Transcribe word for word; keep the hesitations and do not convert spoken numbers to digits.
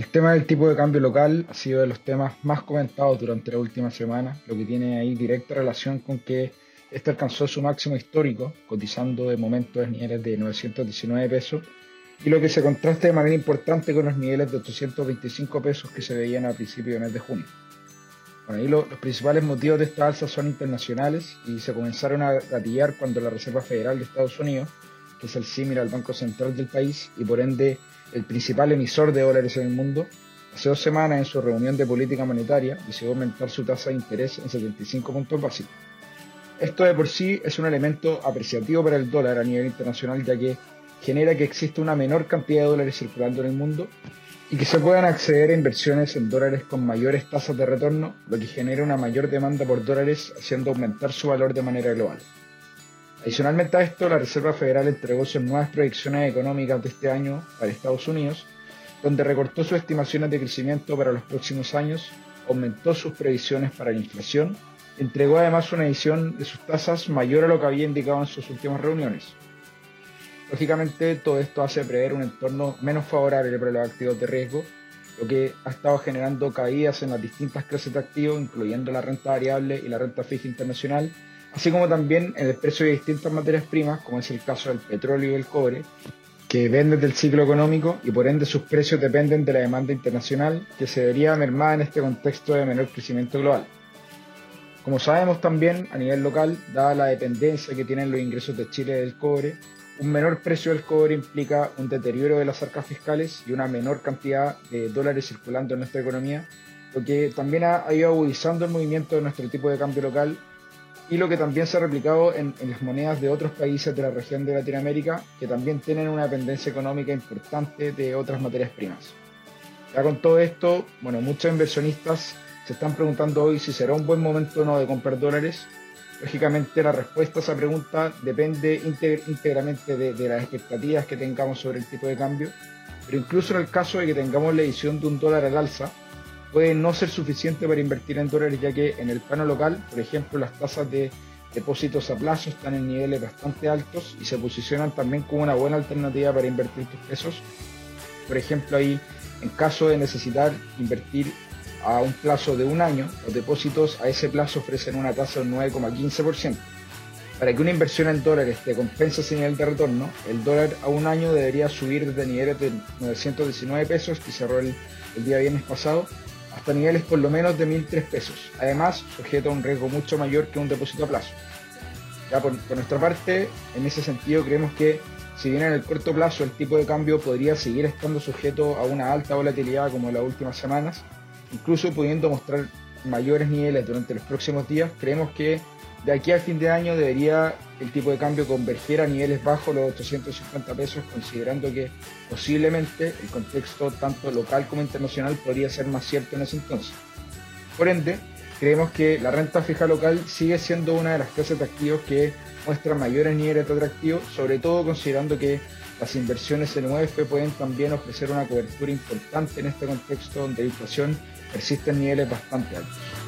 El tema del tipo de cambio local ha sido de los temas más comentados durante la última semana, lo que tiene ahí directa relación con que este alcanzó su máximo histórico, cotizando de momento en niveles de novecientos diecinueve pesos, y lo que se contrasta de manera importante con los niveles de ochocientos veinticinco pesos que se veían a principios del mes de junio. Bueno, ahí lo- los principales motivos de esta alza son internacionales y se comenzaron a gatillar cuando la Reserva Federal de Estados Unidos, que es el símil al Banco Central del país y por ende el principal emisor de dólares en el mundo, hace dos semanas en su reunión de política monetaria decidió aumentar su tasa de interés en setenta y cinco puntos básicos. Esto de por sí es un elemento apreciativo para el dólar a nivel internacional, ya que genera que exista una menor cantidad de dólares circulando en el mundo y que se puedan acceder a inversiones en dólares con mayores tasas de retorno, lo que genera una mayor demanda por dólares, haciendo aumentar su valor de manera global. Adicionalmente a esto, la Reserva Federal entregó sus nuevas proyecciones económicas de este año para Estados Unidos, donde recortó sus estimaciones de crecimiento para los próximos años, aumentó sus previsiones para la inflación y entregó además una edición de sus tasas mayor a lo que había indicado en sus últimas reuniones. Lógicamente, todo esto hace prever un entorno menos favorable para los activos de riesgo, lo que ha estado generando caídas en las distintas clases de activos, incluyendo la renta variable y la renta fija internacional, así como también en el precio de distintas materias primas, como es el caso del petróleo y el cobre, que dependen del ciclo económico y por ende sus precios dependen de la demanda internacional, que se vería mermada en este contexto de menor crecimiento global. Como sabemos también, a nivel local, dada la dependencia que tienen los ingresos de Chile del cobre, un menor precio del cobre implica un deterioro de las arcas fiscales y una menor cantidad de dólares circulando en nuestra economía, lo que también ha, ha ido agudizando el movimiento de nuestro tipo de cambio local y lo que también se ha replicado en, en las monedas de otros países de la región de Latinoamérica, que también tienen una dependencia económica importante de otras materias primas. Ya con todo esto, bueno, muchos inversionistas se están preguntando hoy si será un buen momento o no de comprar dólares. Lógicamente la respuesta a esa pregunta depende íntegr- íntegramente de, de las expectativas que tengamos sobre el tipo de cambio, pero incluso en el caso de que tengamos la edición de un dólar al alza, puede no ser suficiente para invertir en dólares, ya que en el plano local, por ejemplo, las tasas de depósitos a plazo están en niveles bastante altos y se posicionan también como una buena alternativa para invertir tus pesos. Por ejemplo, ahí, en caso de necesitar invertir a un plazo de un año, los depósitos a ese plazo ofrecen una tasa del nueve coma quince por ciento. Para que una inversión en dólares te compense ese nivel de retorno, el dólar a un año debería subir desde niveles de novecientos diecinueve pesos, que cerró el, el día viernes pasado, hasta niveles por lo menos de mil tres pesos, además sujeto a un riesgo mucho mayor que un depósito a plazo. Ya por, por nuestra parte, en ese sentido creemos que si bien en el corto plazo el tipo de cambio podría seguir estando sujeto a una alta volatilidad como en las últimas semanas, incluso pudiendo mostrar mayores niveles durante los próximos días, creemos que de aquí al fin de año debería el tipo de cambio converger a niveles bajos los ochocientos cincuenta pesos, considerando que posiblemente el contexto tanto local como internacional podría ser más cierto en ese entonces. Por ende, creemos que la renta fija local sigue siendo una de las clases de activos que muestra mayores niveles de atractivo, sobre todo considerando que las inversiones en U E F pueden también ofrecer una cobertura importante en este contexto donde la inflación persiste en niveles bastante altos.